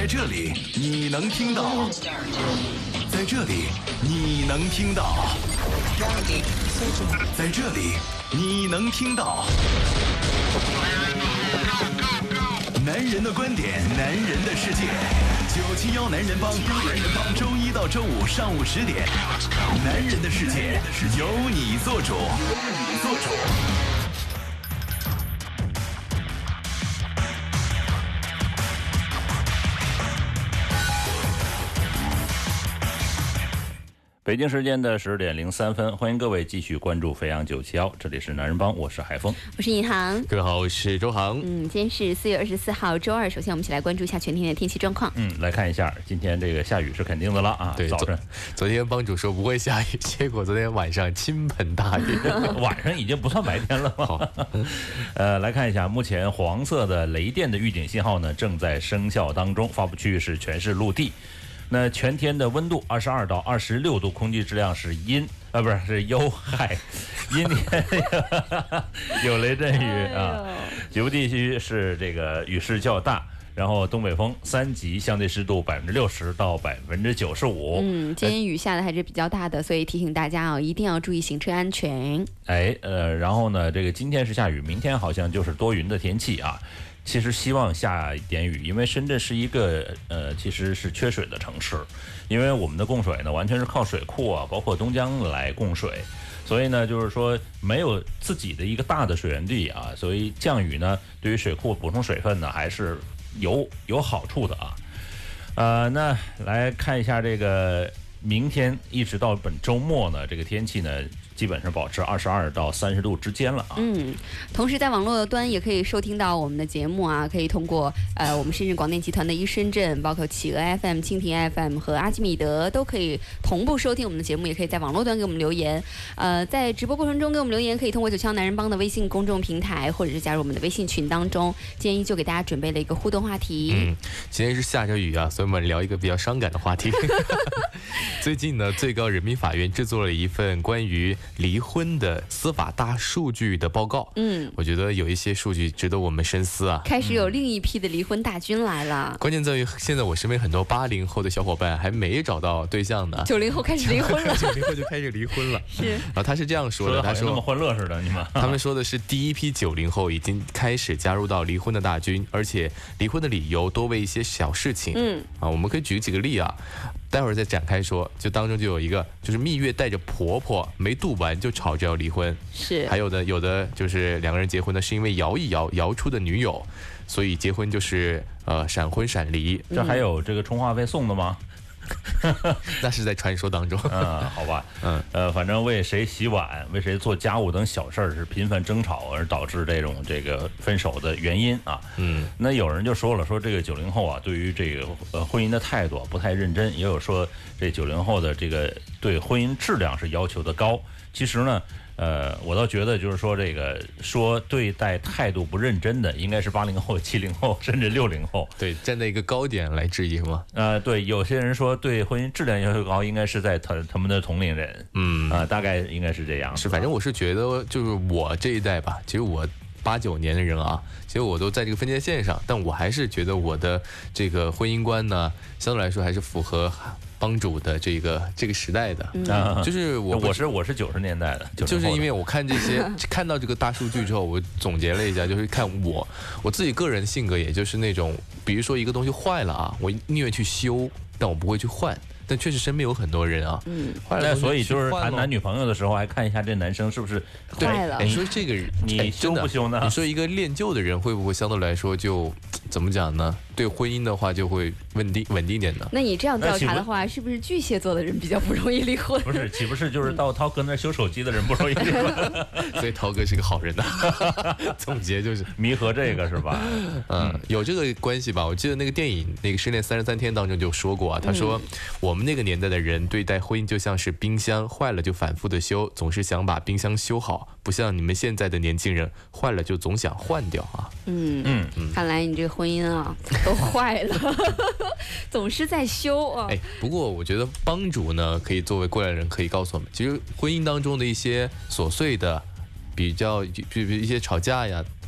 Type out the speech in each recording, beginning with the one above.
在这里你能听到，在这里你能听到，在这里你能听到。男人的观点，男人的世界，971男人帮，周一到周五上午10点，男人的世界由你做主。 北京时间的10点03分，欢迎各位继续关注飞扬971，这里是男人帮，我是海峰， 我是尹航， 各位好，我是周航。 今天是4月24号周二，首先我们一起来关注一下全天的天气状况。 来看一下，今天这个下雨是肯定的了啊。 对， 早晨， 昨天帮主说不会下雨，结果昨天晚上倾盆大雨， 晚上已经不算白天了吗？好，来看一下，目前黄色的雷电的预警信号呢正在生效当中，发布区域是全市陆地。那全天的温度22到26度，空气质量是是优，阴天有雷阵雨啊。局部地区是这个雨势较大，然后东北风3级，相对湿度60%到95%。 今天雨下的还是比较大的，所以提醒大家啊，一定要注意行车安全。 然后呢，这个今天是下雨，明天好像就是多云的天气啊。其实希望下一点雨，因为深圳是一个其实是缺水的城市，因为我们的供水呢完全是靠水库啊，包括东江来供水，所以呢就是说没有自己的一个大的水源地啊，所以降雨呢对于水库补充水分呢还是有好处的啊。那来看一下这个明天一直到本周末呢，这个天气呢基本上保持22到30度之间了啊。 同时在网络端也可以收听到我们的节目啊，可以通过我们深圳广电集团的深圳，包括企鹅 FM、蜻蜓 FM 和阿基米德都可以同步收听我们的节目，也可以在网络端给我们留言。在直播过程中给我们留言，可以通过971男人帮的微信公众平台，或者是加入我们的微信群当中。今天依旧给大家准备了一个互动话题。 今天是下着雨啊，所以我们聊一个比较伤感的话题。最近呢，最高人民法院制作了一份关于离婚的司法大数据的报告。我觉得有一些数据值得我们深思啊。 开始有另一批的离婚大军来了。 关键在于现在我身边很多80后的小伙伴还没找到对象呢 ，90后开始离婚了 ，90后就开始离婚了。 是。 然后他是这样说的，他说那么欢乐似的，你们。 他们说的是第一批90后已经开始加入到离婚的大军，而且离婚的理由多为一些小事情。我们可以举几个例啊。待会儿再展开说，就当中就有一个，就是蜜月带着婆婆没度完就吵着要离婚， 是。 还有的就是两个人结婚呢是因为摇出的女友，所以结婚就是闪婚闪离。 这还有这个充话费送的吗？ 那是在传说当中。 好吧。反正为谁洗碗、为谁做家务等小事儿是频繁争吵而导致这个分手的原因啊。那有人就说了，说这个90后啊，对于这个婚姻的态度不太认真，也有说这90后的这个对婚姻质量是要求的高。其实呢，我倒觉得就是说这个说对待态度不认真的，应该是80后、70后甚至60后。 对，站在一个高点来质疑吗？ 对，有些人说对婚姻质量要求高，应该是在他们的同龄人。大概应该是这样。 是，反正我是觉得，就是我这一代吧，其实我89年的人啊，其实我都在这个分界线上，但我还是觉得我的这个婚姻观呢，相对来说还是符合帮主的这个时代的。就是我是 90年代的， 就是因为我看这些看到这个大数据之后，我总结了一下，就是看我自己个人性格，也就是那种，比如说一个东西坏了啊，我宁愿去修，但我不会去换。但确实身边有很多人啊， 那所以就是谈男女朋友的时候，还看一下这男生是不是坏了。 你说这个你修不修呢？ 你说一个恋旧的人会不会相对来说就怎么讲呢？对婚姻的话就会稳定一点的。 那你这样调查的话，是不是巨蟹座的人比较不容易离婚？ 不是，岂不是就是到涛哥那修手机的人不容易离婚？ 所以涛哥是个好人呐。总结就是弥合这个是吧？ 有这个关系吧？我记得那个电影那个《失恋33天》当中就说过啊，他说我们那个年代的人对待婚姻就像是冰箱，坏了就反复的修，总是想把冰箱修好，不像你们现在的年轻人，坏了就总想换掉啊。 看来你这个婚姻啊都坏了，总是在修啊。 不过我觉得帮主呢，可以作为过来人，可以告诉我们，其实婚姻当中的一些琐碎的，比如一些吵架呀，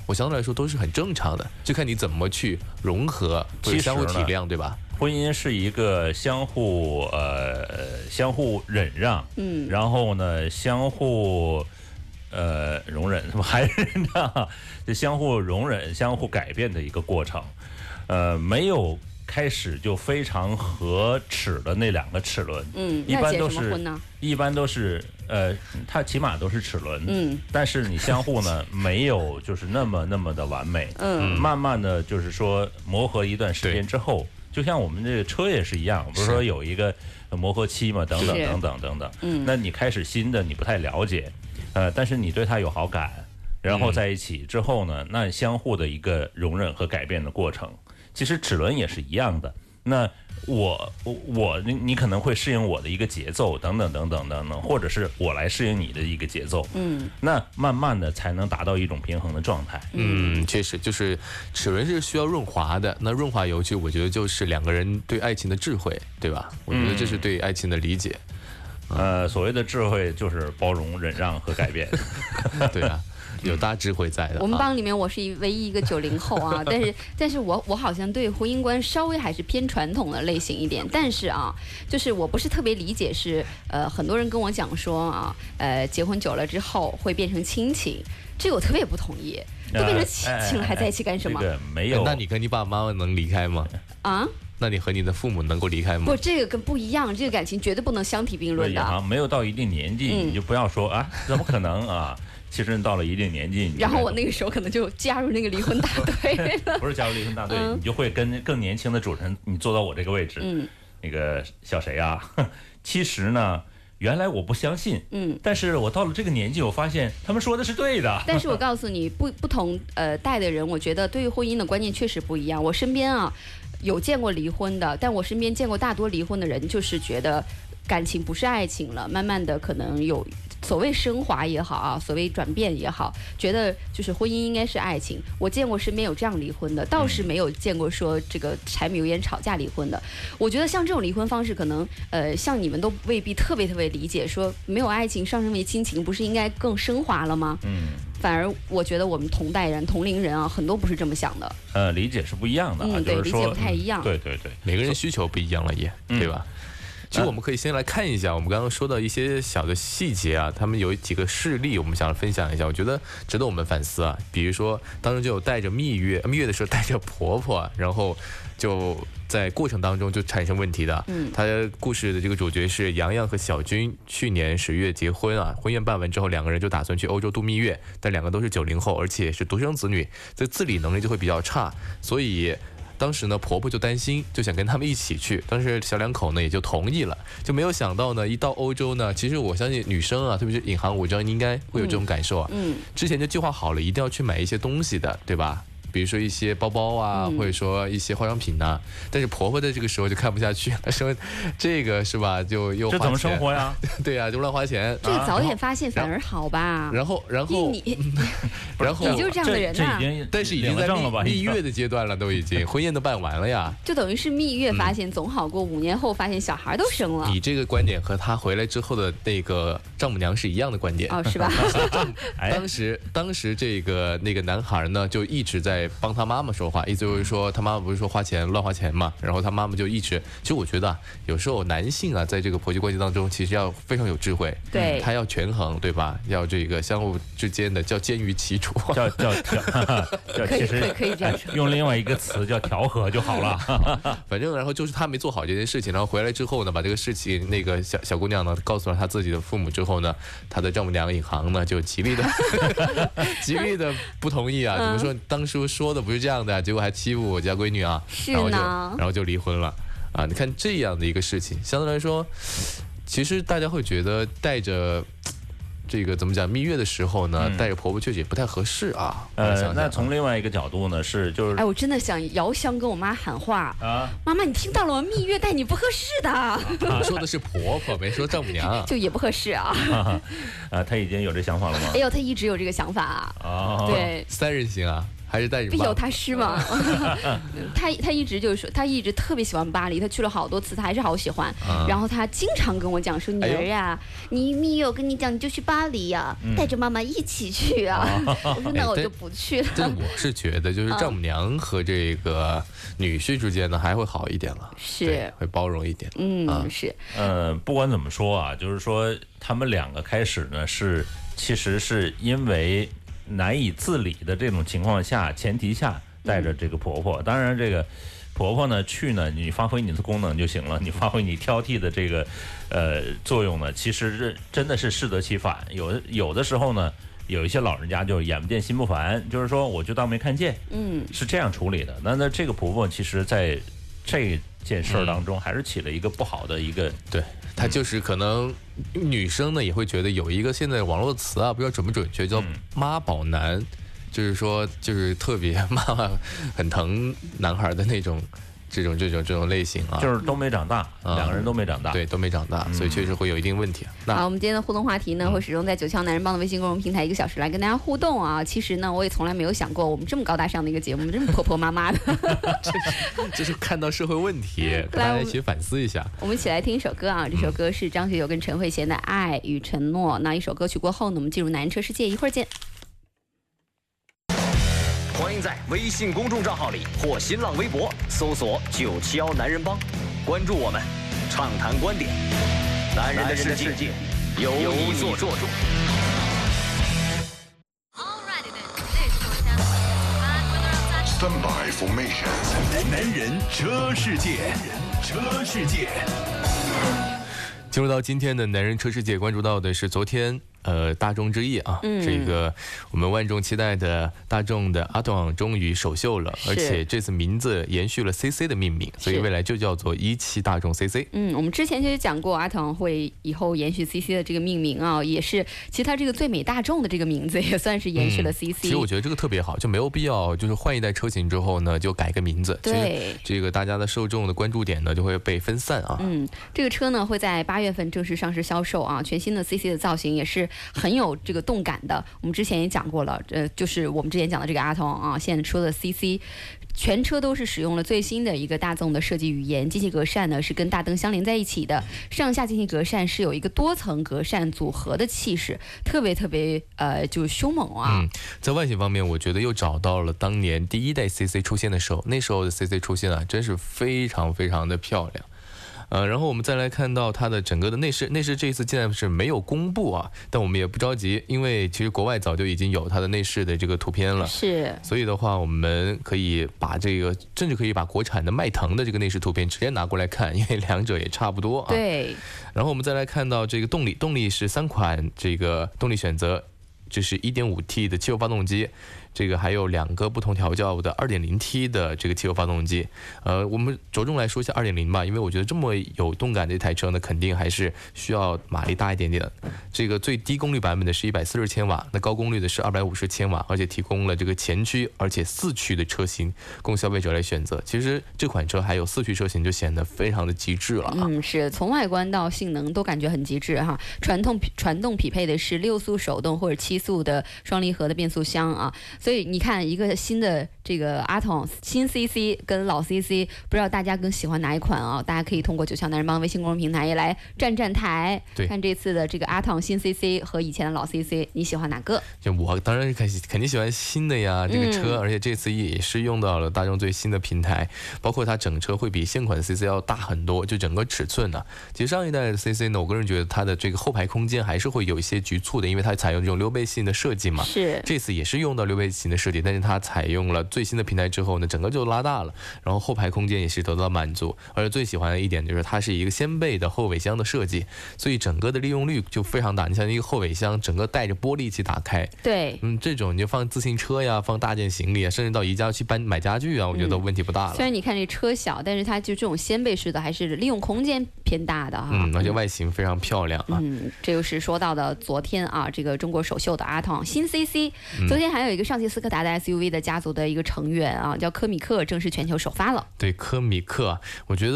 我相对来说都是很正常的，就看你怎么去融合或者相互体谅，对吧？ 婚姻是一个相互忍让，然后呢相互容忍，还是就相互容忍、相互改变的一个过程。没有开始就非常合齿的那2个齿轮，一般都是它起码都是齿轮，但是你相互呢没有就是那么的完美，慢慢的就是说磨合一段时间之后。就像我们这个车也是一样，不是说有一个磨合期嘛，等等。那你开始新的你不太了解，但是你对他有好感，然后在一起之后呢，那相互的一个容忍和改变的过程，其实齿轮也是一样的。那你可能会适应我的一个节奏，等等，或者是我来适应你的一个节奏，那慢慢的才能达到一种平衡的状态。 确实，就是齿轮是需要润滑的，那润滑油其实我觉得就是2个人对爱情的智慧，对吧？我觉得这是对爱情的理解。 所谓的智慧就是包容、忍让和改变。 对啊。有大智慧在的。 我们帮里面我是唯一一个90后啊，但是我好像对婚姻观稍微还是偏传统的类型一点，但是啊，就是我不是特别理解是很多人跟我讲说啊，结婚久了之后会变成亲情，这个我特别不同意，都变成亲情了还在一起干什么？ 这个没有。 那你跟你爸爸妈妈能离开吗？ 啊？ 那你和你的父母能够离开吗？ 不，这个跟不一样，这个感情绝对不能相提并论的。 没有到一定年纪，你就不要说啊，怎么可能啊？其实到了一定年纪， 然后我那个时候可能就加入那个离婚大队了。 不是加入离婚大队，你就会跟更年轻的主持人，你坐到我这个位置，那个小谁啊？其实呢，原来我不相信，但是我到了这个年纪，我发现他们说的是对的。 但是我告诉你，不同代的人，我觉得对于婚姻的观念确实不一样。我身边啊有见过离婚的，但我身边见过大多离婚的人，就是觉得感情不是爱情了，慢慢的可能有。所谓升华也好啊，所谓转变也好，觉得就是婚姻应该是爱情。我见过身边有这样离婚的，倒是没有见过说这个柴米油盐吵架离婚的。我觉得像这种离婚方式，可能像你们都未必特别理解，说没有爱情上升为亲情，不是应该更升华了吗？反而我觉得我们同代人、同龄人啊，很多不是这么想的。 理解是不一样的啊， 对， 就是说理解不太一样。 对， 每个人需求不一样了也，对吧？其实我们可以先来看一下，我们刚刚说到一些小的细节啊，他们有几个事例，我们想分享一下，我觉得值得我们反思啊。比如说，当中就有带着蜜月的时候带着婆婆，然后就在过程当中就产生问题的。他故事的这个主角是洋洋和小军，去年10月结婚啊，婚宴办完之后，2个人就打算去欧洲度蜜月，但2个都是90后，而且是独生子女，这自理能力就会比较差，所以。当时呢，婆婆就担心，就想跟他们一起去。当时小2口呢也就同意了，就没有想到呢，一到欧洲呢，其实我相信女生啊，特别是引吭武章，应该会有这种感受啊。之前就计划好了，一定要去买一些东西的，对吧？比如说一些包包啊，或者说一些化妆品呐。但是婆婆在这个时候就看不下去，她说：“这个是吧？就又花钱， 这怎么生活呀？ 对呀，就乱花钱。 这个早点发现反而好吧？ 然后你就是这样的人呐。 但是已经在蜜月的阶段了，都已经婚宴都办完了呀。 就等于是蜜月发现总好过5年后发现小孩都生了。 你这个观点和他回来之后的那个丈母娘是一样的观点哦，是吧？ 当时那个男孩呢，就一直在帮他妈妈说话，意思就是说他妈妈不是说乱花钱嘛，然后他妈妈就一直，其实我觉得啊，有时候男性啊，在这个婆媳关系当中，其实要非常有智慧， 对， 他要权衡，对吧？要这个相互之间的叫奸于其主， 其实可以这样说， 用另外一个词叫调和就好了。 反正然后就是他没做好这件事情，然后回来之后呢，把这个事情那个小姑娘呢告诉了她自己的父母之后呢，她的丈母娘引吭呢就极力的不同意啊，怎么说？当初说的不是这样的，结果还欺负我家闺女啊，然后就离婚了啊！你看这样的一个事情，相对来说，其实大家会觉得带着这个怎么讲蜜月的时候呢，带着婆婆确实也不太合适啊。 那从另外一个角度呢，就是哎，我真的想遥相跟我妈喊话啊！妈妈，你听到了吗？蜜月带你不合适的。 说的是婆婆，没说丈母娘， 就也不合适啊。 她已经有这想法了吗？ 哎呦，她一直有这个想法啊。 哦， 对， 三人行啊。 还是带着必有他师嘛。他一直就是说，他一直特别喜欢巴黎，他去了好多次，他还是好喜欢。然后他经常跟我讲说：“女儿啊，你有跟你讲，你就去巴黎呀，带着妈妈一起去啊。”我说：“那我就不去了。” 但我是觉得，就是丈母娘和这个女婿之间呢，还会好一点了， 是会包容一点。 是。 不管怎么说啊，就是说他们两个开始呢其实是因为难以自理的这种情况下前提下带着这个婆婆。当然这个婆婆呢去呢，你发挥你的功能就行了，你发挥你挑剔的这个作用呢，其实真的是适得其反。有的时候呢，有一些老人家就眼不见心不烦，就是说我就当没看见，是这样处理的。那这个婆婆其实在这件事儿当中还是起了一个不好的一个对。她就是可能女生呢也会觉得有一个现在网络词啊，不知道准不准确，叫妈宝男，就是说就是特别妈妈很疼男孩的那种。这种类型啊， 就是都没长大，两个人都没长大， 对，都没长大，所以确实会有一定问题。 好，我们今天的互动话题呢，会始终在九霄男人帮的微信公众平台1个小时来跟大家互动啊。其实呢，我也从来没有想过我们这么高大上的一个节目，这么婆婆妈妈的， 这是看到社会问题，跟大家一起反思一下。 我们一起来听一首歌啊，这首歌是张学友跟陈慧娴的《爱与承诺》。那一首歌曲过后呢，我们进入男人车世界，一会儿见。 欢迎在微信公众账号里或新浪微博搜索971男人帮，关注我们，畅谈观点，男人的世界由你做主。 Stand by formation， 男人车世界，车世界。 进入到今天的男人车世界，关注到的是昨天大众之夜啊，这个我们万众期待的大众的阿童终于首秀了，而且这次名字延续了 CC 的命名，所以未来就叫做17大众 CC。 我们之前其实讲过阿童会以后延续 CC 的这个命名啊，也是其实他这个最美大众的这个名字也算是延续了 CC。 其实我觉得这个特别好，就没有必要就是换一代车型之后呢就改个名字， 对， 这个大家的受众的关注点呢就会被分散啊。 这个车呢会在8月份正式上市销售啊，全新的 CC 的造型也是很有这个动感的。我们之前也讲过了，就是我们之前讲的这个阿童啊，现在出的 CC。全车都是使用了最新的一个大众的设计语言，进气格栅呢是跟大灯相连在一起的，上下进气格栅是有一个多层格栅组合的气势，特别就是凶猛啊。 在外形方面，我觉得又找到了当年第一代 CC 出现的时候，那时候的 CC 出现啊，真是非常非常的漂亮。然后我们再来看到它的整个的内饰这一次竟然是没有公布啊，但我们也不着急，因为其实国外早就已经有它的内饰的这个图片了， 是， 所以的话我们可以把这个甚至可以把国产的迈腾的这个内饰图片直接拿过来看，因为两者也差不多啊。 对。 然后我们再来看到这个动力是3款这个动力选择，这是 1.5T 的汽油发动机。这个还有2个不同调教的 2.0T 的这个汽油发动机，我们着重来说一下 2.0 吧，因为我觉得这么有动感的一台车呢，肯定还是需要马力大一点点的。这个最低功率版本的是140千瓦，那高功率的是250千瓦，而且提供了这个前驱而且4驱的车型供消费者来选择。其实这款车还有4驱车型就显得非常的极致了啊。 是从外观到性能都感觉很极致哈。传动匹配的是6速手动或者7速的双离合的变速箱啊。所以你看一个新的这个阿童新 CC 跟老 CC， 不知道大家更喜欢哪一款啊？大家可以通过九霄男人帮微信公众平台也来站台，看这次的这个阿童新 CC 和以前的老 CC， 你喜欢哪个？ 就我当然是肯定喜欢新的呀，这个车，而且这次也是用到了大众最新的平台，包括它整车会比现款 CC 要大很多，就整个尺寸呢。其实上一代的 CC 呢，我个人觉得它的这个后排空间还是会有一些局促的，因为它采用这种溜背型的设计嘛。 是， 这次也是用到溜背型的设计，但是它采用了最新的平台之后呢，整个就拉大了，然后后排空间也是得到满足。而且最喜欢的一点就是它是一个掀背的后尾箱的设计，所以整个的利用率就非常大。你像一个后尾箱，整个带着玻璃一起打开， 对， 这种你就放自行车呀，放大件行李啊，甚至到宜家去买家具啊，我觉得问题不大了。 虽然你看这车小，但是它就这种掀背式的，还是利用空间偏大的哈。 而且外形非常漂亮啊。 这就是说到的昨天啊，这个中国首秀的阿童新 CC。昨天还有一个上汽斯柯达的 SUV 的家族的一个成员啊，叫科米克，正式全球首发了。 对，科米克，我觉得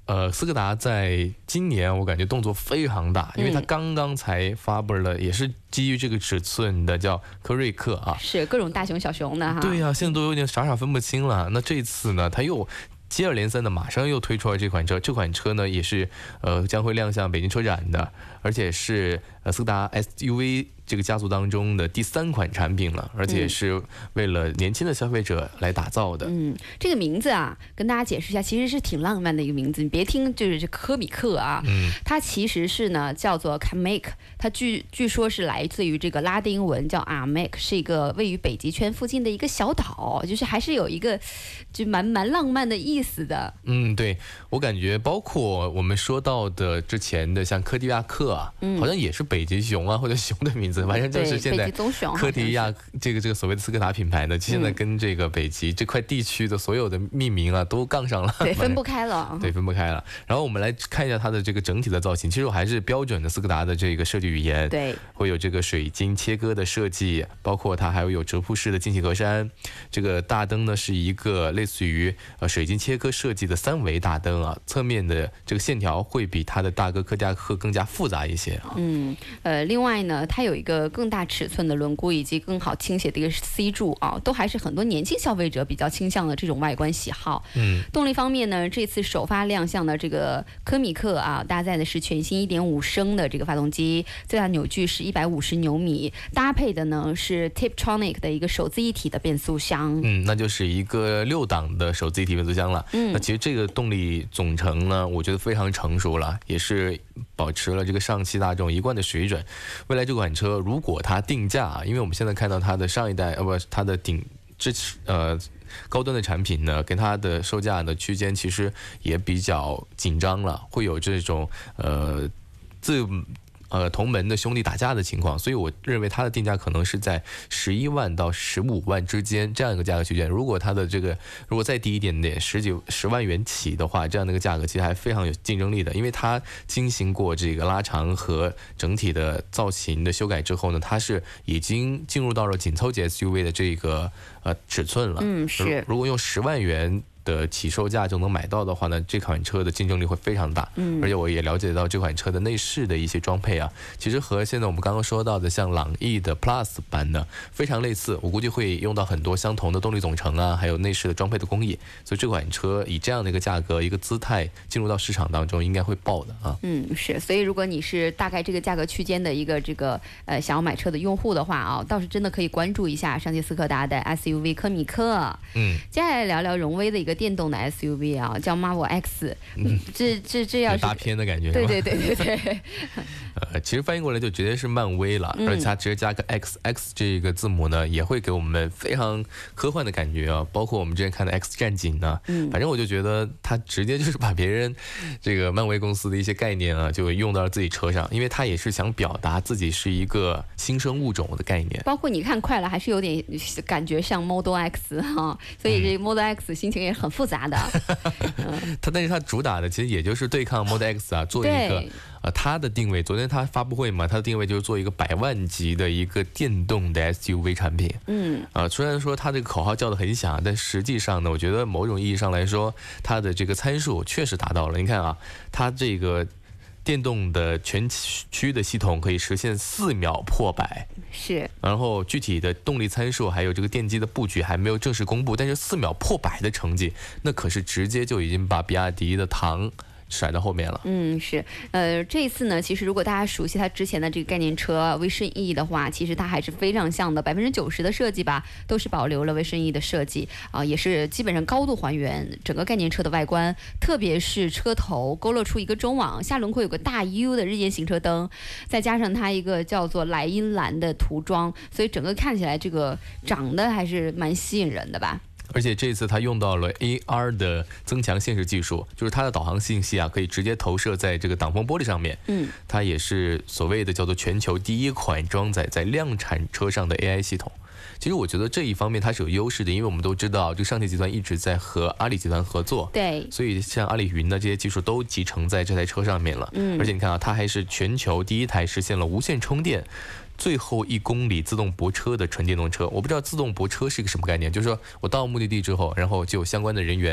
斯柯达在今年我感觉动作非常大，因为它刚刚才发布了，也是基于这个尺寸的叫科瑞克啊， 是各种大熊小熊的哈。 对呀，现在都有点傻分不清了。那这次呢，它又接二连三的马上又推出了这款车，这款车呢也是将会亮相北京车展的，而且是斯柯达 SUV 这个家族当中的第3款产品了，而且是为了年轻的消费者来打造的。 这个名字啊，跟大家解释一下，其实是挺浪漫的一个名字。你别听就是这科米克啊，它其实是呢叫做 Kamiq， 它据说是来自于这个拉丁文叫 Armek， 是一个位于北极圈附近的一个小岛，就是还是有一个就蛮浪漫的意思的。 对，我感觉包括我们说到的之前的像科迪亚克啊，好像也是北极熊啊或者熊的名字，反正就是现在科迪亚这个所谓的斯柯达品牌呢，现在跟这个北极这块地区的所有的命名啊都杠上了， 对，分不开了。 对，分不开了。然后我们来看一下它的这个整体的造型，其实我还是标准的斯柯达的这个设计语言， 对， 会有这个水晶切割的设计，包括它还有折铺式的进气格栅，这个大灯呢是一个类似于水晶切割设计的3维大灯啊，侧面的这个线条会比它的大哥科迪亚克更加复杂一些啊。 另外呢，它有一个更大尺寸的轮毂以及更好倾斜的一个 C 柱啊，都还是很多年轻消费者比较倾向的这种外观喜好。动力方面呢，这次首发亮相的这个科米克啊，搭载的是全新1.5升的这个发动机，最大扭矩是150牛米，搭配的呢是 Tiptronic 的一个手自一体的变速箱。 那就是一个6档的手自一体变速箱了。那其实这个动力总成呢，我觉得非常成熟了，也是保持了这个上汽大众一贯的水准。未来这款车如果它定价，因为我们现在看到它的上一代它的高端的产品呢，跟它的售价的区间其实也比较紧张了，会有这种同门的兄弟打架的情况，所以我认为它的定价可能是在11万到15万之间这样一个价格区间。如果它的如果再低一点点10万元起的话，这样的一个价格其实还非常有竞争力的，因为它经行过这个拉长和整体的造型的修改之后呢，它是已经进入到了紧凑级 SUV 的这个尺寸了。 是。 如果用10万元的起售价就能买到的话呢，这款车的竞争力会非常大。而且我也了解到这款车的内饰的一些装配啊，其实和现在我们刚刚说到的像朗逸的 Plus 版呢非常类似，我估计会用到很多相同的动力总成啊，还有内饰的装配的工艺，所以这款车以这样的一个价格一个姿态进入到市场当中应该会爆的啊。 是，所以如果你是大概这个价格区间的一个想要买车的用户的话啊，倒是真的可以关注一下上汽斯柯达的 SUV 科米克。接下来聊聊荣威的一个电动的 SUV 啊，叫 Marvel X。这要是大片的感觉。 对。 其实翻译过来就直接是漫威了，而且它直接加个 XX 这个字母呢，也会给我们非常科幻的感觉啊。包括我们之前看的 X 战警呢，反正我就觉得它直接就是把别人这个漫威公司的一些概念啊，就用到了自己车上，因为它也是想表达自己是一个新生物种的概念。 包括你看快了，还是有点感觉像 Model X 哈，所以这 Model X 心情也很复杂的。 但是它主打的其实也就是对抗 Model X 啊，做一个它的定位。昨天它发布会嘛，它的定位就是做一个100万级的一个电动的 SUV 产品。虽然说它这个口号叫得很响，但实际上呢，我觉得某种意义上来说，它的这个参数确实达到了。你看啊，它这个电动的全区的系统可以实现4秒破100， 是。 然后具体的动力参数还有这个电机的布局还没有正式公布，但是4秒破100的成绩，那可是直接就已经把比亚迪的唐甩到后面了。 是。这一次呢，其实如果大家熟悉它之前的这个概念车威盛 E 的话，其实它还是非常像的，90%的设计吧，都是保留了威盛 E 的设计啊，也是基本上高度还原整个概念车的外观，特别是车头勾勒出一个中网，下轮廓有个大 U 的日间行车灯，再加上它一个叫做莱茵蓝的涂装，所以整个看起来这个长得还是蛮吸引人的吧。 而且这次它用到了 AR 的增强现实技术，就是它的导航信息啊，可以直接投射在这个挡风玻璃上面。它也是所谓的叫做全球第一款装载在量产车上的 AI 系统。其实我觉得这一方面它是有优势的，因为我们都知道，这个上汽集团一直在和阿里集团合作， 对， 所以像阿里云的这些技术都集成在这台车上面了。而且你看啊，它还是全球第一台实现了无线充电。最后1公里自动泊车的纯电动车。我不知道自动泊车是一个什么概念，就是说我到目的地之后，然后就有相关的人员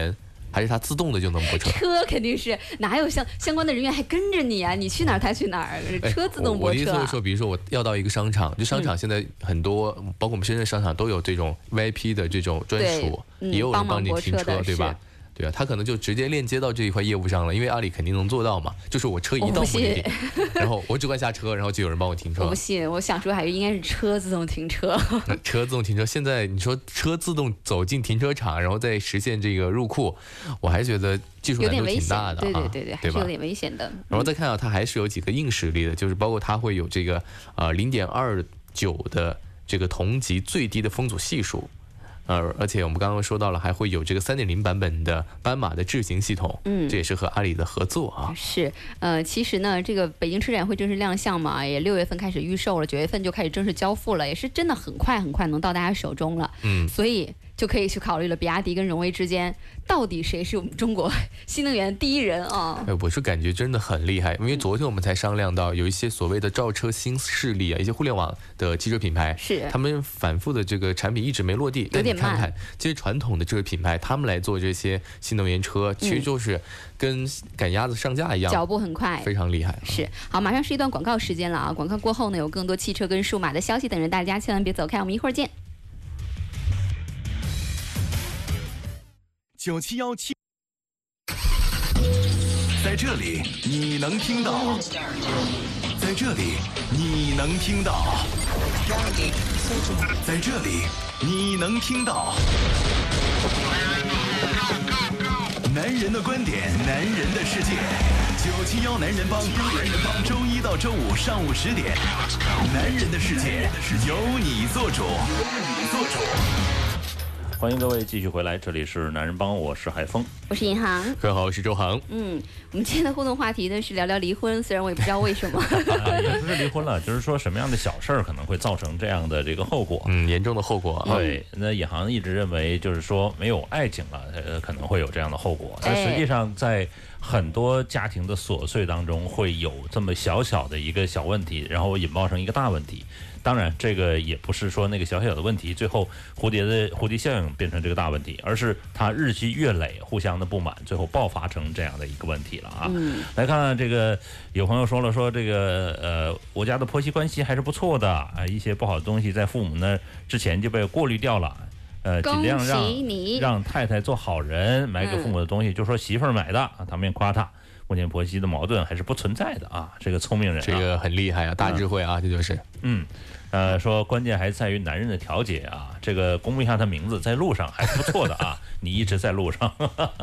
还是它自动的就能泊车？ 车肯定是，哪有相关的人员还跟着你啊？你去哪儿他去哪儿，车自动泊车。 我的意思是说，比如说我要到一个商场，就商场现在很多，包括我们深圳商场都有这种 VIP 的这种专属，也有人帮你停车，对吧？对啊，他可能就直接链接到这一块业务上了，因为阿里肯定能做到嘛。就是我车一到目的地，然后我只管下车，然后就有人帮我停车。 我不信，我想说还是应该是车自动停车。 车自动停车，现在你说车自动走进停车场，然后再实现这个入库，我还觉得技术难度挺大的啊， 对，还是有点危险的。 然后再看到它还是有几个硬实力的，就是包括它会有这个0.29的这个同级最低的风阻系数。而且我们刚刚说到了，还会有这个3.0版本的斑马的智行系统，这也是和阿里的合作啊。 是，其实呢，这个北京车展会正式亮相嘛，也6月份开始预售了，9月份就开始正式交付了，也是真的很快能到大家手中了。所以就可以去考虑了，比亚迪跟荣威之间到底谁是我们中国新能源第一人啊？ 我是感觉真的很厉害，因为昨天我们才商量到，有一些所谓的造车新势力啊，一些互联网的汽车品牌， 是他们反复的这个产品一直没落地，但你看看这些传统的这个品牌，他们来做这些新能源车，其实就是跟赶鸭子上架一样， 脚步很快， 非常厉害。 是，好，马上是一段广告时间了啊！广告过后呢，有更多汽车跟数码的消息等着大家，千万别走开，我们一会儿见。 9717，在这里你能听到，在这里你能听到，在这里你能听到。男人的观点，男人的世界，971男人帮，周一到周五上午10点，男人的世界由你做主。 欢迎各位继续回来，这里是男人帮，我是海峰， 我是银行， 各位好，我是周航。 我们今天的互动话题呢是聊聊离婚，虽然我也不知道为什么。 也不是离婚了，就是说什么样的小事儿可能会造成这样的这个后果， 严重的后果。 对，那银行一直认为就是说没有爱情了，可能会有这样的后果，但实际上在很多家庭的琐碎当中会有这么小小的一个小问题，然后引爆成一个大问题。当然，这个也不是说那个小小的问题，最后蝴蝶效应变成这个大问题，而是它日积月累，互相的不满，最后爆发成这样的一个问题了啊。来看看这个，有朋友说了，说这个我家的婆媳关系还是不错的啊，一些不好的东西在父母那之前就被过滤掉了。尽量让太太做好人，买给父母的东西就说媳妇儿买的，他们也夸他。目前婆媳的矛盾还是不存在的啊，这个聪明人， 这个很厉害啊，大智慧啊，这就是。 说关键还在于男人的调节啊，这个公布一下他名字，在路上还是不错的啊，你一直在路上。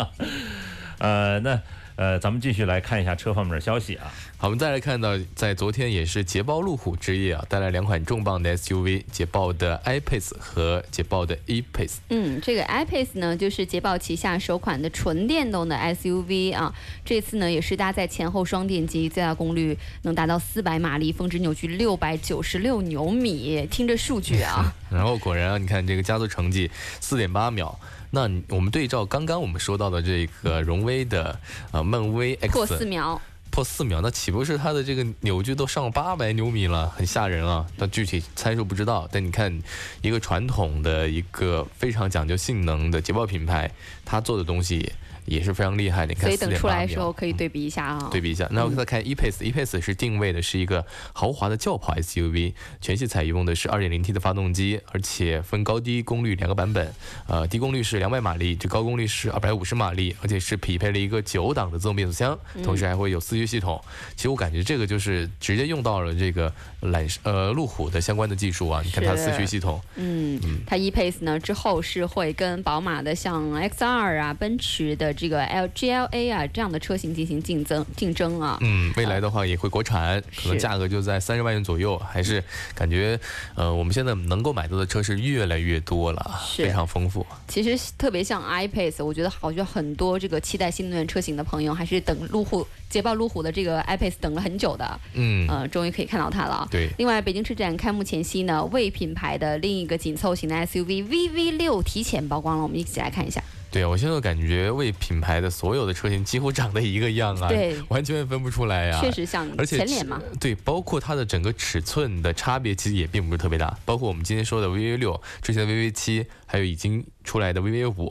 咱们继续来看一下车方面的消息啊。 好，我们再来看到，在昨天也是捷豹路虎之夜啊，带来2款重磅的 SUV， 捷豹的 i-Pace 和捷豹的 e-Pace。 这个 i-Pace 呢，就是捷豹旗下首款的纯电动的 SUV 啊。这次呢，也是搭载前后双电机，最大功率能达到400马力，峰值扭矩696牛米，听着数据啊。 然后果然啊，你看这个加速成绩4.8秒。那我们对照刚刚我们说到的这个荣威的梦威 X 破4秒，那岂不是它的这个扭矩都上800牛米了，很吓人啊！但具体参数不知道。但你看，一个传统的一个非常讲究性能的捷豹品牌，它做的东西也是非常厉害的。你看， 所以等出来的时候可以对比一下啊。 对比一下，那我再看 e-Pace 是定位的是一个豪华的轿跑 SUV， 全系采用的是 2.0T 的发动机，而且分高低功率2个版本，低功率是200马力，这高功率是250马力，而且是匹配了一个9档的自动变速箱，同时还会有4驱系统。其实我感觉这个就是直接用到了这个路虎的相关的技术啊。你看它4驱系统， 它 e-Pace 呢之后是会跟宝马的像 X2 啊、奔驰的这个 GLA 啊这样的车型进行竞争啊。 未来的话也会国产，可能价格就在30万元左右，还是感觉我们现在能够买到的车是越来越多了，非常丰富。 其实特别像 i-Pace， 我觉得好像很多这个期待新能源车型的朋友，还是等捷豹路虎的这个 i-Pace 等了很久的，终于可以看到它了。 对。 另外，北京车展开幕前夕呢，魏品牌的另一个紧凑型的 SUV VV6提前曝光了，我们一起来看一下。 对，我现在感觉魏品牌的所有的车型几乎长得一个样啊， 对， 完全分不出来呀。 确实像前脸嘛。 对，包括它的整个尺寸的差别其实也并不是特别大，包括我们今天说的 VV6，之前的 VV7，还有已经出来的 VV5。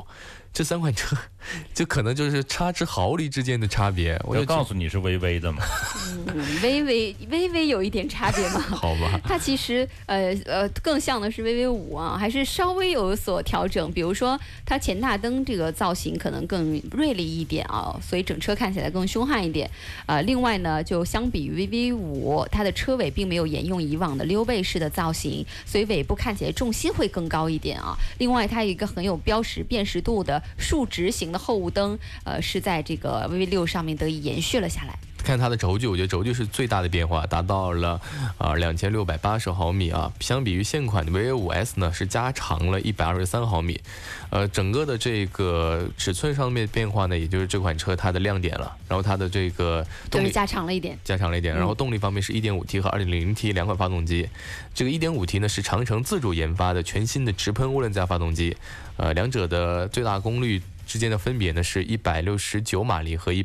这3款车就可能就是差之毫厘之间的差别。 我就告诉你是微微的嘛， 微微有一点差别嘛。 好吧， 它其实更像的是VV5啊，还是稍微有所调整。比如说它前大灯这个造型可能更锐利一点啊，所以整车看起来更凶悍一点。另外呢，就相比于VV5，它的车尾并没有沿用以往的溜背式的造型，所以尾部看起来重心会更高一点啊。另外，它有一个很有标识辨识度的竖直型的后雾灯，是在这个 VV6 上面得以延续了下来。 看它的轴距，我觉得轴距是最大的变化，达到了2680毫米啊。相比于现款的 VV5S 呢，是加长了123毫米。整个的这个尺寸上面变化呢，也就是这款车它的亮点了。然后它的这个动力就是加长了一点。 然后动力方面是 1.5T 和 2.0T 两款发动机。这个 1.5T 呢是长城自主研发的全新的直喷涡轮加发动机。两者的最大功率之间的分别呢是169马力和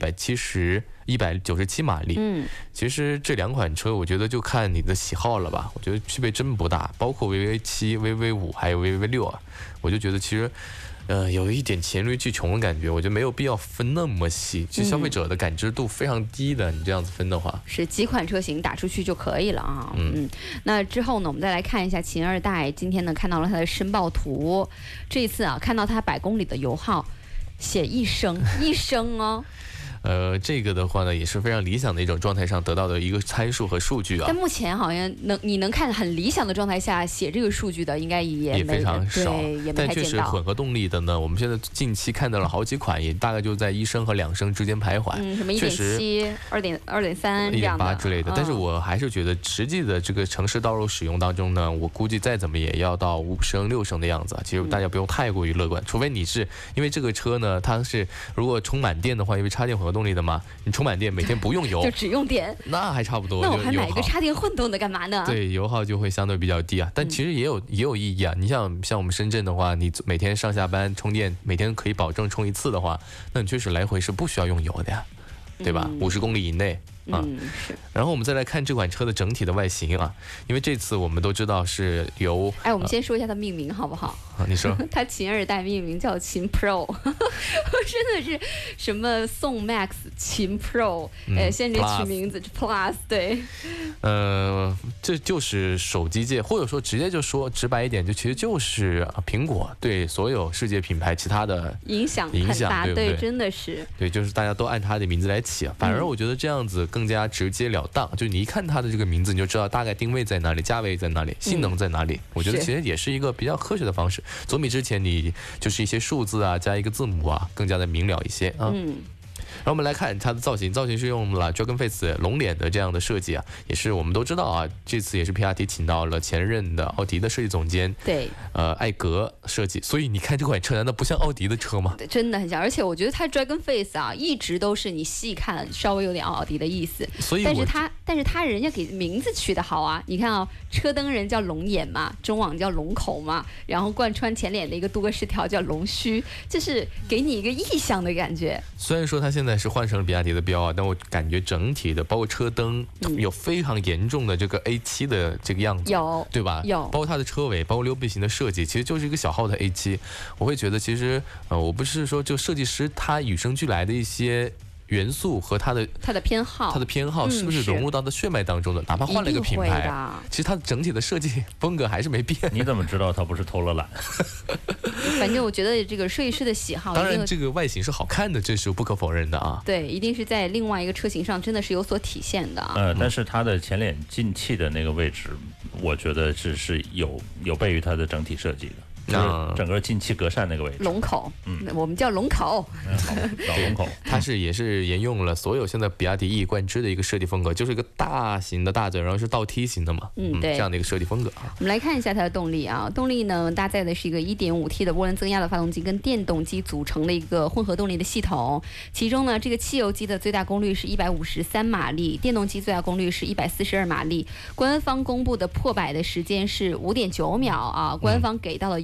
197马力。其实这2款车我觉得就看你的喜好了吧，我觉得区别真不大。包括 VV7、VV5 还有 VV6 啊，我就觉得其实有一点黔驴技穷的感觉，我觉得没有必要分那么细，其实消费者的感知度非常低的，你这样子分的话， 是几款车型打出去就可以了啊。那之后呢，我们再来看一下秦2代，今天呢看到了它的申报图，这一次啊看到它100公里的油耗写1升哦。 这个的话呢，也是非常理想的一种状态上得到的一个参数和数据啊。 但目前好像你能看很理想的状态下写这个数据的，应该也非常少， 也没但太见到。 确实混合动力的呢，我们现在近期看到了好几款，也大概就在1升和2升之间徘徊。 什么1.7、2.3这样的 1.8之类的。但是我还是觉得实际的这个城市道路使用当中呢，我估计再怎么也要到5升、6升的样子。其实大家不用太过于乐观，除非你是因为这个车呢，它是如果充满电的话，因为插电混合动力的嘛，你充满电每天不用油就只用电， 那还差不多。 那我还买一个插电混动的干嘛呢？ 对，油耗就会相对比较低啊。但其实也有意义啊。你像我们深圳的话，你每天上下班充电，每天可以保证充1次的话，那你确实来回是不需要用油的呀，对吧？50公里以内。 是。 然后我们再来看这款车的整体的外形啊，因为这次我们都知道是由我们先说一下它命名好不好？ 你说。 它秦2代命名叫秦 Pro， 真的是什么宋 Max 秦 Pro，现在取名字 Plus， 对。 这就是手机界，或者说直接就说直白一点，就其实就是苹果对所有世界品牌其他的影响很大，对，真的是。 对，就是大家都按它的名字来起啊。反而我觉得这样子更加直截了当，就你一看它的这个名字，你就知道大概定位在哪里，价位在哪里，性能在哪里。我觉得其实也是一个比较科学的方式，总比之前你就是一些数字啊加一个字母啊更加的明了一些啊。然后我们来看它的造型是用了 Dragon Face 龙脸的这样的设计啊，也是我们都知道啊，这次也是 PRT 请到了前任的奥迪的设计总监， 对， 艾格设计，所以你看这款车难道不像奥迪的车吗？ 真的很像，而且我觉得它 Dragon Face 啊，一直都是你细看稍微有点奥迪的意思， 所以但是它人家给名字取得好啊，你看啊，车灯人叫龙眼嘛，中网叫龙口嘛，然后贯穿前脸的一个多饰条叫龙须，就是给你一个意象的感觉。 虽然说它现在是换成了比亚迪的标啊，但我感觉整体的包括车灯有非常严重的这个 A7 的这个样子， 有， 对吧？ 有， 包括它的车尾，包括溜背型的设计，其实就是一个小号的 A7。我会觉得其实我不是说就设计师他与生俱来的一些元素和他的偏好是不是融入到的血脉当中的？哪怕换了一个品牌，其实它整体的设计风格还是没变。 你怎么知道他不是偷了懒？ 反正我觉得这个设计师的喜好， 当然这个外形是好看的，这是不可否认的啊。 对，一定是在另外一个车型上真的是有所体现的啊。 但是它的前脸进气的那个位置，我觉得是有悖于它的整体设计的。就是整个进气格栅那个位置， 龙口，我们叫龙口， 老龙口， 它也是沿用了所有现在比亚迪一以贯之的一个设计风格，就是一个大型的大嘴，然后是倒梯形的嘛， 对， 这样的一个设计风格啊。 我们来看一下它的动力啊，动力呢搭载的是一个 1.5T 的涡轮增压的发动机跟电动机组成的一个混合动力的系统，其中呢这个汽油机的最大功率是153马力，电动机最大功率是142马力。官方公布的破百的时间是5.9秒啊，官方给到了油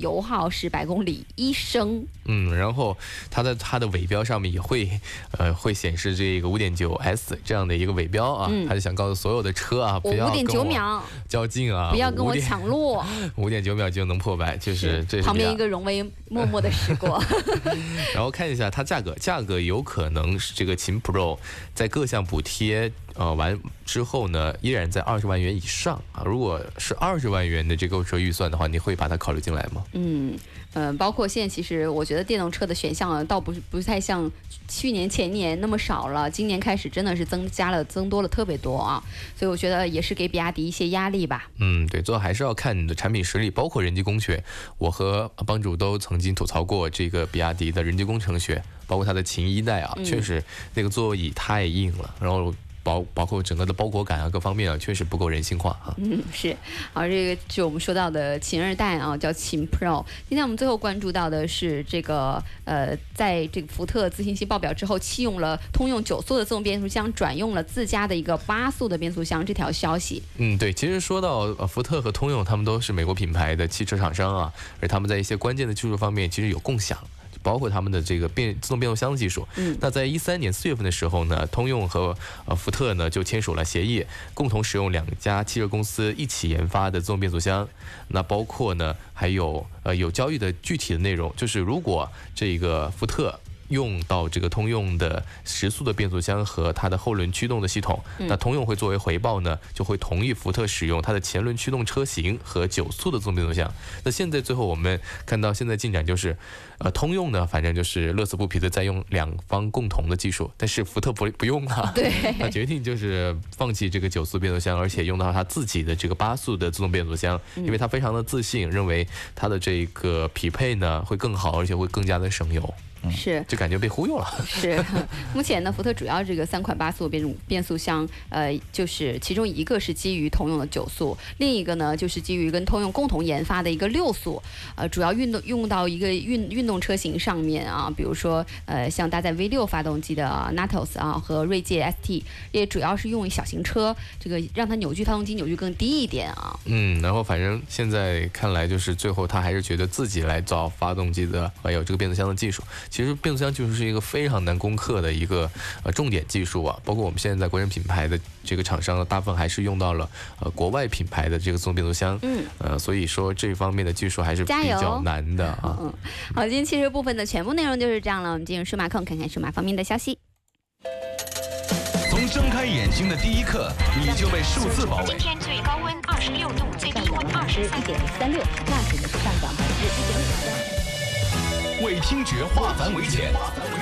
油耗是百公里1升。 然后它的尾标上面也会显示这个5.9S 这样的一个尾标啊，它就想告诉所有的车啊，不要跟 5.9秒较劲啊， 不要跟我抢路 ，5.9秒就能破百，就是这是旁边一个荣威默默的驶过。 然后看一下它价格有可能是这个秦 Pro 在各项补贴完之后呢，依然在20万元以上啊。如果是20万元的这个购车预算的话，你会把它考虑进来吗？ 包括现在其实我觉得电动车的选项倒不太像去年前年那么少了，今年开始真的是增多了特别多啊，所以我觉得也是给比亚迪一些压力吧。 对，最后还是要看你的产品实力，包括人机工学。我和帮主都曾经吐槽过这个比亚迪的人机工程学，包括它的秦1代啊，确实那个座椅太硬了，然后包括整个的包裹感啊，各方面啊，确实不够人性化啊。 是。好，这个就我们说到的秦2代啊，叫秦 Pro。今天我们最后关注到的是这个在这个福特自信心爆表之后，弃用了通用9速的自动变速箱，转用了自家的一个8速的变速箱这条消息。 对，其实说到福特和通用，他们都是美国品牌的汽车厂商啊，而他们在一些关键的技术方面其实有共享。包括他们的这个自动变速箱的技术。那在13年4月份的时候呢，通用和福特呢就签署了协议，共同使用2家汽车公司一起研发的自动变速箱。那包括呢还有交易的具体的内容，就是如果这个福特用到这个通用的10速的变速箱和它的后轮驱动的系统，那通用会作为回报呢，就会同意福特使用它的前轮驱动车型和9速的自动变速箱。那现在最后我们看到现在进展就是，通用呢反正就是乐此不疲的在用2方共同的技术，但是福特不用了， 对， 他决定就是放弃这个9速变速箱，而且用到他自己的这个8速的自动变速箱，因为他非常的自信，认为他的这个匹配呢会更好，而且会更加的省油。 是， 就感觉被忽悠了。 是，目前呢，福特主要这个3款8速变速箱，就是其中一个是基于通用的9速，另一个呢就是基于跟通用共同研发的一个6速，主要用到一个运动车型上面啊，比如说像搭载 V6发动机的 Natos 啊和锐界 ST， 也主要是用于小型车，这个让它发动机扭矩更低一点啊。 然后反正现在看来就是最后他还是觉得自己来造发动机的，还有这个变速箱的技术。其实变速箱技术是一个非常难攻克的一个重点技术啊，包括我们现在在国产品牌的这个厂商，大部分还是用到了国外品牌的这个自动变速箱，所以说这方面的技术还是比较难的啊。 好，今天汽车部分的全部内容就是这样了，我们进入数码控，看看数码方面的消息。 从睁开眼睛的第一刻，你就被数字包围。 今天最高温26度，最低温23.36， 那指的是上涨1.53%。 为听觉化繁为简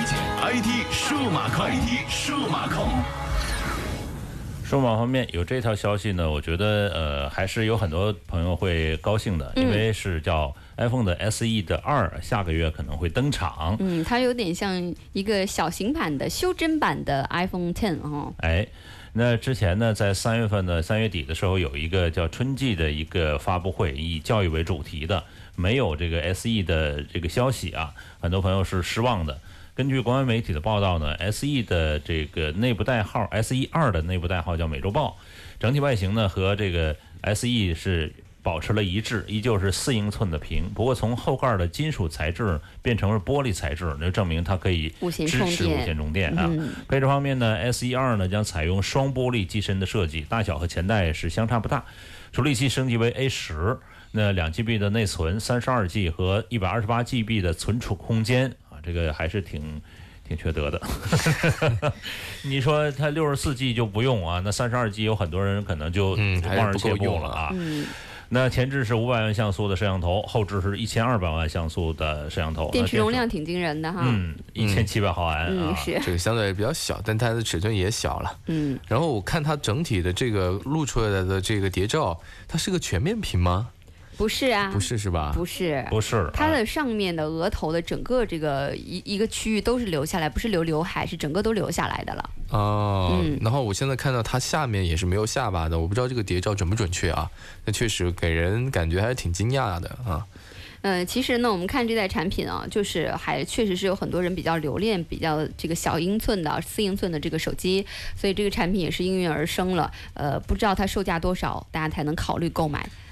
，IT 数码控。 数码方面有这条消息呢，我觉得还是有很多朋友会高兴的，因为是叫 iPhone 的 SE 的2下个月可能会登场。 它有点像一个小型版的修真版的 iPhone X 哦。 那之前呢，在3月底的时候，有一个叫春季的一个发布会，以教育为主题的，没有这个 SE 的这个消息啊，很多朋友是失望的。根据国外媒体的报道呢 ，SE 的这个内部代号 SE2 的内部代号叫美洲豹，整体外形呢和这个 SE 是保持了一致，依旧是4英寸的屏，不过从后盖的金属材质变成了玻璃材质，那证明它可以支持无线充电啊。配置方面呢 ，SE2 呢将采用双玻璃机身的设计，大小和前代是相差不大，处理器升级为 A10， 那2GB 的内存，32G 和128GB 的存储空间啊，这个还是挺缺德的。你说它64G 就不用啊，那32G 有很多人可能就望而却步了啊。那前置是500万像素的摄像头，后置是1200万像素的摄像头， 电池容量挺惊人的哈。 1700毫安啊， 是这个相对比较小，但它的尺寸也小了。然后我看它整体的这个录出来的这个谍照，它是个全面屏吗？ 不是啊， 不是是吧？ 不是，它的上面的额头的整个这个一个区域都是留下来，不是留刘海，是整个都留下来的了。 然后我现在看到它下面也是没有下巴的，我不知道这个谍照准不准确啊？那确实给人感觉还是挺惊讶的啊。 其实呢，我们看这代产品啊，就是还确实是有很多人比较留恋比较这个小英寸的4英寸的这个手机，所以这个产品也是应运而生了。不知道它售价多少，大家才能考虑购买。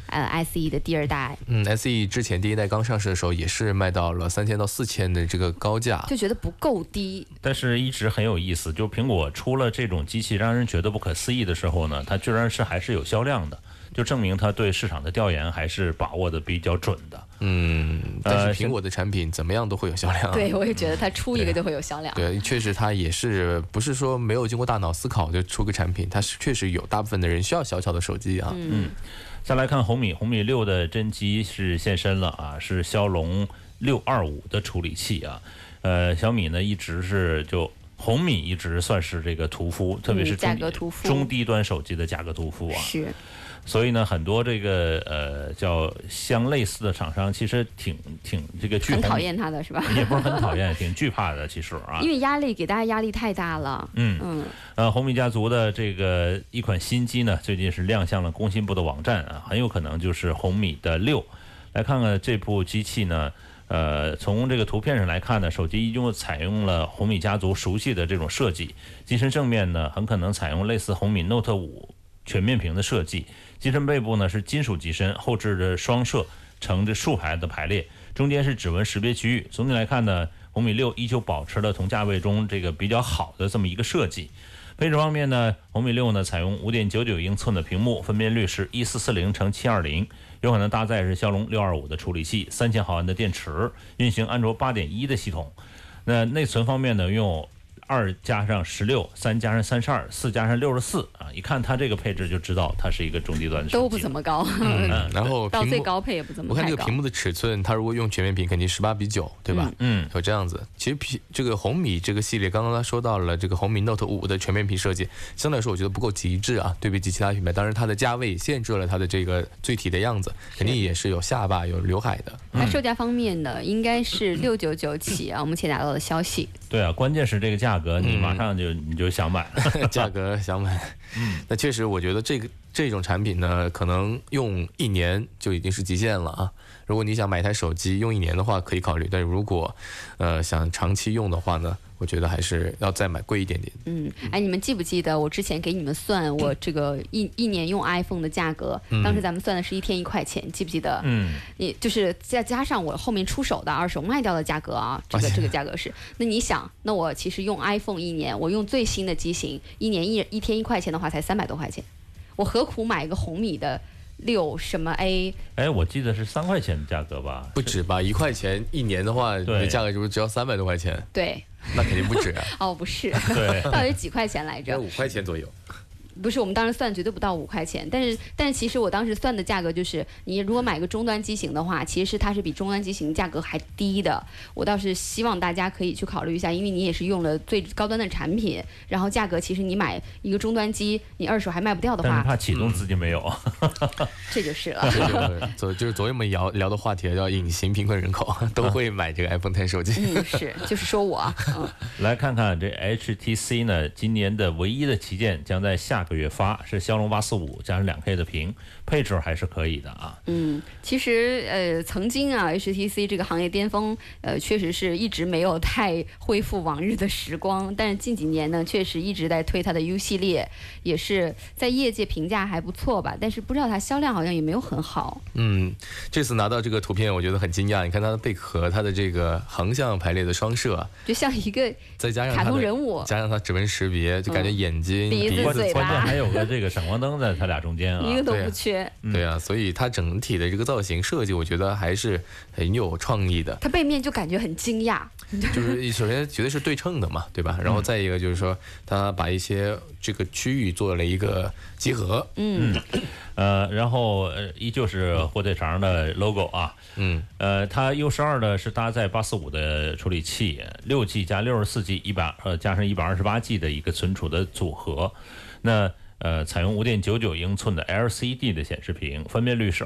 SE 的第2代。 SE 之前第1代刚上市的时候也是卖到了3000到4000的这个高价， 就觉得不够低。 但是一直很有意思，就苹果出了这种机器让人觉得不可思议的时候呢，它居然还是有销量的，就证明它对市场的调研还是把握的比较准的。 但是苹果的产品怎么样都会有销量。 对，我也觉得它出一个就会有销量。 对，确实它也是不是说没有经过大脑思考就出个产品，它是确实有大部分的人需要小巧的手机啊。 再来看红米6的真机是现身了啊，是骁龙625的处理器啊。小米呢红米一直算是这个屠夫，特别是价格屠夫， 中低端手机的价格屠夫啊。 是。 所以呢，很多这个叫相类似的厂商，其实挺这个很讨厌它的是吧？ 也不是很讨厌，挺惧怕的其实啊。 因为给大家压力太大了。 红米家族的这个一款新机呢，最近是亮相了工信部的网站啊，很有可能就是红米的6。来看看这部机器呢。从这个图片上来看呢，手机依旧采用了红米家族熟悉的这种设计，机身正面呢很可能采用类似红米 Note 5全面屏的设计，机身背部呢是金属机身，后置的双摄呈着竖排的排列，中间是指纹识别区域。总体来看呢，红米6依旧保持了同价位中这个比较好的这么一个设计。配置方面呢，红米6呢采用5.99英寸的屏幕，分辨率是1440×720，有可能搭载是骁龙625的处理器，3000毫安的电池，运行安卓8.1的系统。那内存方面呢，用2加上16、3加上32、4加上64啊，一看它这个配置就知道它是一个中低端的手机， 都不怎么高。 然后到最高配也不怎么太高。 我看这个屏幕的尺寸，它如果用全面屏，肯定18:9，对吧？有这样子。其实这个红米这个系列，刚刚他说到了这个红米 Note 5的全面屏设计，相对来说我觉得不够极致啊，对比起其他品牌。当然它的价位限制了它的这个最体的样子，肯定也是有下巴、有刘海的。 它售价方面呢，应该是699起啊，目前拿到的消息。 对啊，关键是这个价格，你马上你就想买了， 价格想买。那确实，我觉得这种产品呢，可能用1年就已经是极限了啊。如果你想买一台手机用1年的话，可以考虑；但如果想长期用的话呢，我觉得还是要再买贵一点点。 你们记不记得我之前给你们算我这个一年用 iPhone 的价格？当时咱们算的是1天1块钱，记不记得？你就是再加上我后面出手的二手卖掉的价格啊，这个价格是。那你想，那我其实用 iPhone 1年，我用最新的机型，1年1天1块钱的话，才300多块钱。我何苦买一个红米的6什么 A？ 我记得是3块钱的价格吧？ 不止吧？1块钱1年的话，你的价格是不是只要300多块钱？ 对， 那肯定不止啊。 不是， 对， 到底几块钱来着 ？5块钱左右。 不是，我们当时算绝对不到5块钱，但是其实我当时算的价格就是，你如果买个终端机型的话，其实它是比终端机型价格还低的。我倒是希望大家可以去考虑一下，因为你也是用了最高端的产品，然后价格其实你买一个终端机，你二手还卖不掉的话， 但是怕启动资金没有， 这就是了。 就是昨天我们聊的话题叫隐形贫困人口都会买这个 iPhone X 手机。 就是说我。 来看看这 HTC 呢，今年的唯一的旗舰将在下个月发，是骁龙845加上2K 的屏，配置还是可以的啊。 其实曾经啊 HTC 这个行业巅峰，确实是一直没有太恢复往日的时光，但是近几年呢，确实一直在推它的 U 系列，也是在业界评价还不错吧，但是不知道它销量好像也没有很好。 这次拿到这个图片，我觉得很惊讶。你看它的贝壳，它的这个横向排列的双摄， 就像一个再加上卡通人物， 加上它指纹识别，就感觉眼睛、 鼻子、嘴巴， 关键还有个这个闪光灯在它俩中间啊， 一个都不缺。 对啊，所以它整体的这个造型设计，我觉得还是很有创意的。 它背面就感觉很惊讶， 就是首先绝对是对称的嘛，对吧？然后再一个就是说，它把一些这个区域做了一个结合。 然后依旧是火腿肠的 logo 啊。它 U12的是搭载845的处理器，6G 加64G 加上128G 的一个存储的组合。那采用5.99英寸的 LCD 的显示屏，分辨率是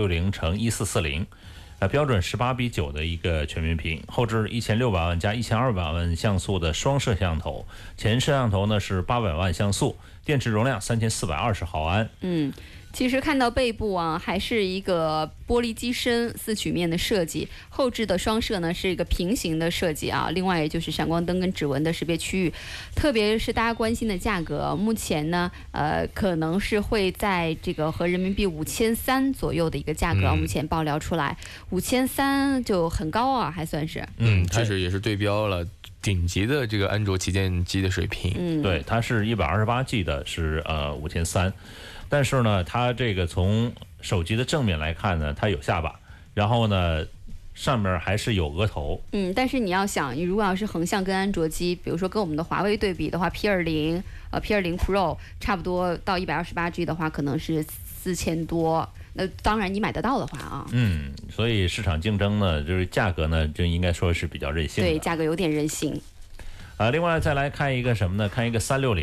2960×1440，标准18:9的一个全面屏，后置1600万加1200万像素的双摄像头，前摄像头呢是800万像素，电池容量3420毫安。 其实看到背部啊，还是一个玻璃机身4曲面的设计，后置的双摄呢是一个平行的设计啊。另外就是闪光灯跟指纹的识别区域，特别是大家关心的价格，目前呢可能是会在这个和人民币5300左右的一个价格，目前爆料出来5300就很高啊，还算是。 确实也是对标了顶级的这个安卓旗舰机的水平。 对，它是128G 的，是5300。但是呢，它这个从手机的正面来看呢，它有下巴，然后呢，上面还是有额头。 但是你要想，你如果要是横向跟安卓机，比如说跟我们的华为对比的话，P20 Pro 差不多到128G 的话，可能是4000多。那当然你买得到的话啊。 所以市场竞争呢，就是价格呢，就应该说是比较任性的。 对，价格有点任性。 另外再来看一个什么呢？看一个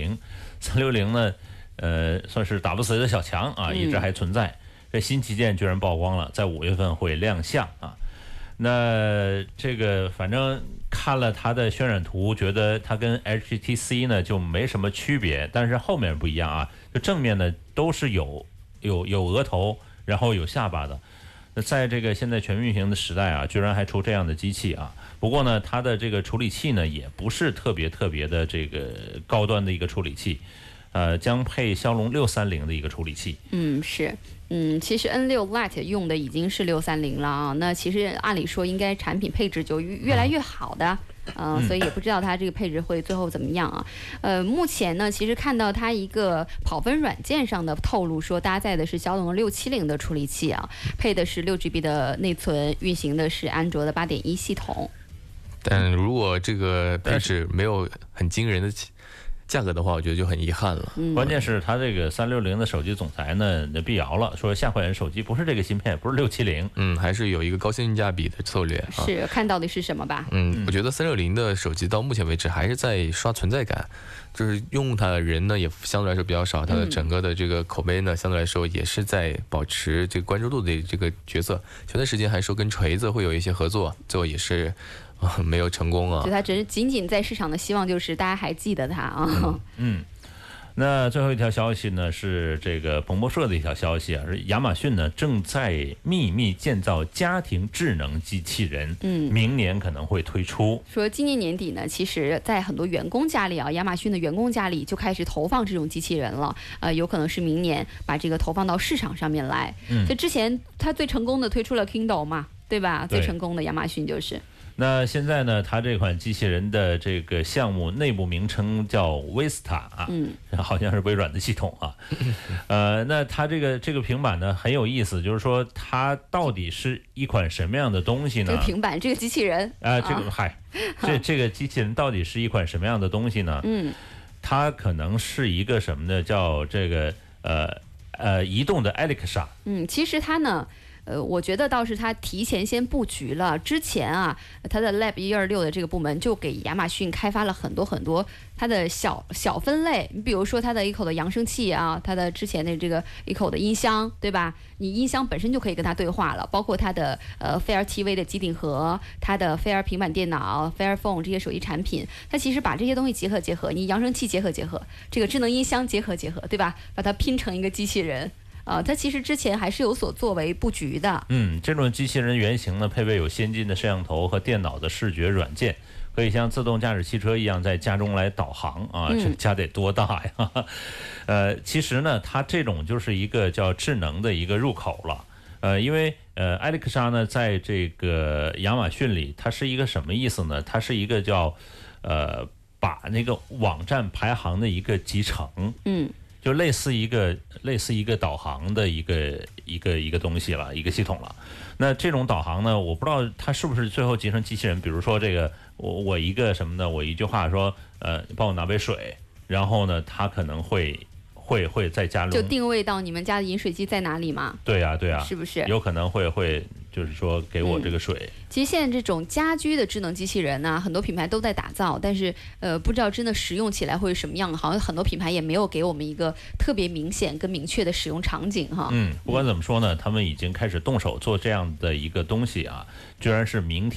360呢。算是打不死的小强啊，一直还存在。这新旗舰居然曝光了，在5月份会亮相啊。那这个反正看了它的渲染图，觉得它跟 HTC 呢就没什么区别，但是后面不一样啊，就正面呢都是有额头，然后有下巴的。那在这个现在全面运行的时代啊，居然还出这样的机器啊。不过呢，它的这个处理器呢也不是特别的这个高端的一个处理器。将配骁龙630的一个处理器。 是。其实 N6 Lite 用的已经是630了啊。那其实按理说应该产品配置就越来越好的，所以也不知道它这个配置会最后怎么样啊。目前呢，其实看到它一个跑分软件上的透露说，搭载的是骁龙670的处理器啊，配的是6GB 的内存，运行的是安卓的8.1系统。 但如果这个配置没有很惊人的价格的话，我觉得就很遗憾了。 关键是它这个360的手机总裁呢辟谣了，说下款手机不是这个芯片，不是670。 还是有一个高性价比的策略啊。 是，看到底是什么吧？ 我觉得360的手机到目前为止还是在刷存在感，就是用它的人呢也相对来说比较少，它的整个的这个口碑呢相对来说也是在保持这个关注度的这个角色。前段时间还说跟锤子会有一些合作，最后也是没有成功啊。 就它仅仅在市场的希望就是大家还记得它啊。 那最后一条消息呢是这个彭博社的一条消息啊，是亚马逊呢正在秘密建造家庭智能机器人，明年可能会推出。 说今年年底呢，其实在很多员工家里啊，亚马逊的员工家里就开始投放这种机器人了，有可能是明年把这个投放到市场上面来。就之前它最成功的推出了 Kindle 嘛，对吧？最成功的亚马逊就是。 那现在呢，它这款机器人的这个项目内部名称叫 Vista 啊，好像是微软的系统啊。那它这个平板呢很有意思，就是说它到底是一款什么样的东西呢？ 这个平板，这个机器人这个机器人到底是一款什么样的东西呢？它可能是一个什么呢？叫这个移动的 Alexa。 其实它呢。我觉得倒是他提前先布局了。之前啊，他的 Lab 126的这个部门就给亚马逊开发了很多它的小分类。你比如说它的Echo的扬声器啊，它的之前的这个Echo的音箱，对吧？你音箱本身就可以跟它对话了，包括它的Fire TV 的机顶盒，它的 Fire 平板电脑 Fire Phone 这些手机产品，它其实把这些东西结合，你扬声器结合，这个智能音箱结合，对吧？把它拼成一个机器人。它其实之前还是有所作为布局的。 这种机器人原型呢，配备有先进的摄像头和电脑的视觉软件，可以像自动驾驶汽车一样在家中来导航啊。这家得多大呀？其实呢，它这种就是一个叫智能的一个入口了。因为Alexa 呢，在这个亚马逊里，它是一个什么意思呢？它是一个叫把那个网站排行的一个集成。就类似一个导航的一个东西了，一个系统了。那这种导航呢，我不知道它是不是最后集成机器人。比如说这个我一个什么呢？我一句话说，帮我拿杯水，然后呢，它可能会在家中就定位到你们家的饮水机在哪里嘛？ 对呀， 是不是？ 有可能会就是说给我这个水。 其实现在这种家居的智能机器人呢，很多品牌都在打造，但是不知道真的使用起来会是什么样。好像很多品牌也没有给我们一个特别明显跟明确的使用场景哈。 不管怎么说呢，他们已经开始动手做这样的一个东西啊，居然是明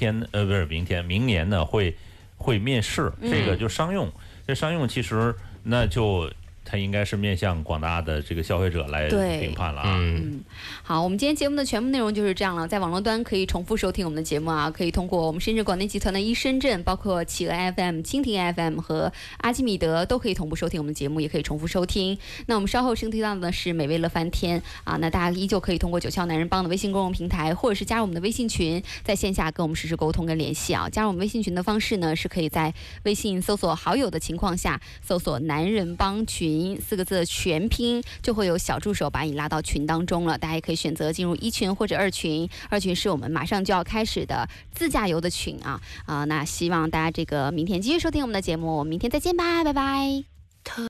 年呢会面世，这个就商用。这商用其实那就它应该是面向广大的这个消费者来评判了啊。 好，我们今天节目的全部内容就是这样了。在网络端可以重复收听我们的节目啊，可以通过我们深圳广电集团的一深圳，包括企鹅 FM、蜻蜓 FM 和阿基米德都可以同步收听我们的节目，也可以重复收听。那我们稍后收听到的是美味乐翻天啊，那大家依旧可以通过九霄男人帮的微信公众平台，或者是加入我们的微信群，在线下跟我们实时沟通跟联系啊。加入我们微信群的方式呢，是可以在微信搜索好友的情况下，搜索男人帮群4个字的全拼，就会有小助手把你拉到群当中了。大家也可以选择进入1群或者2群，2群是我们马上就要开始的自驾游的群啊。那希望大家这个明天继续收听我们的节目，我们明天再见吧，拜拜。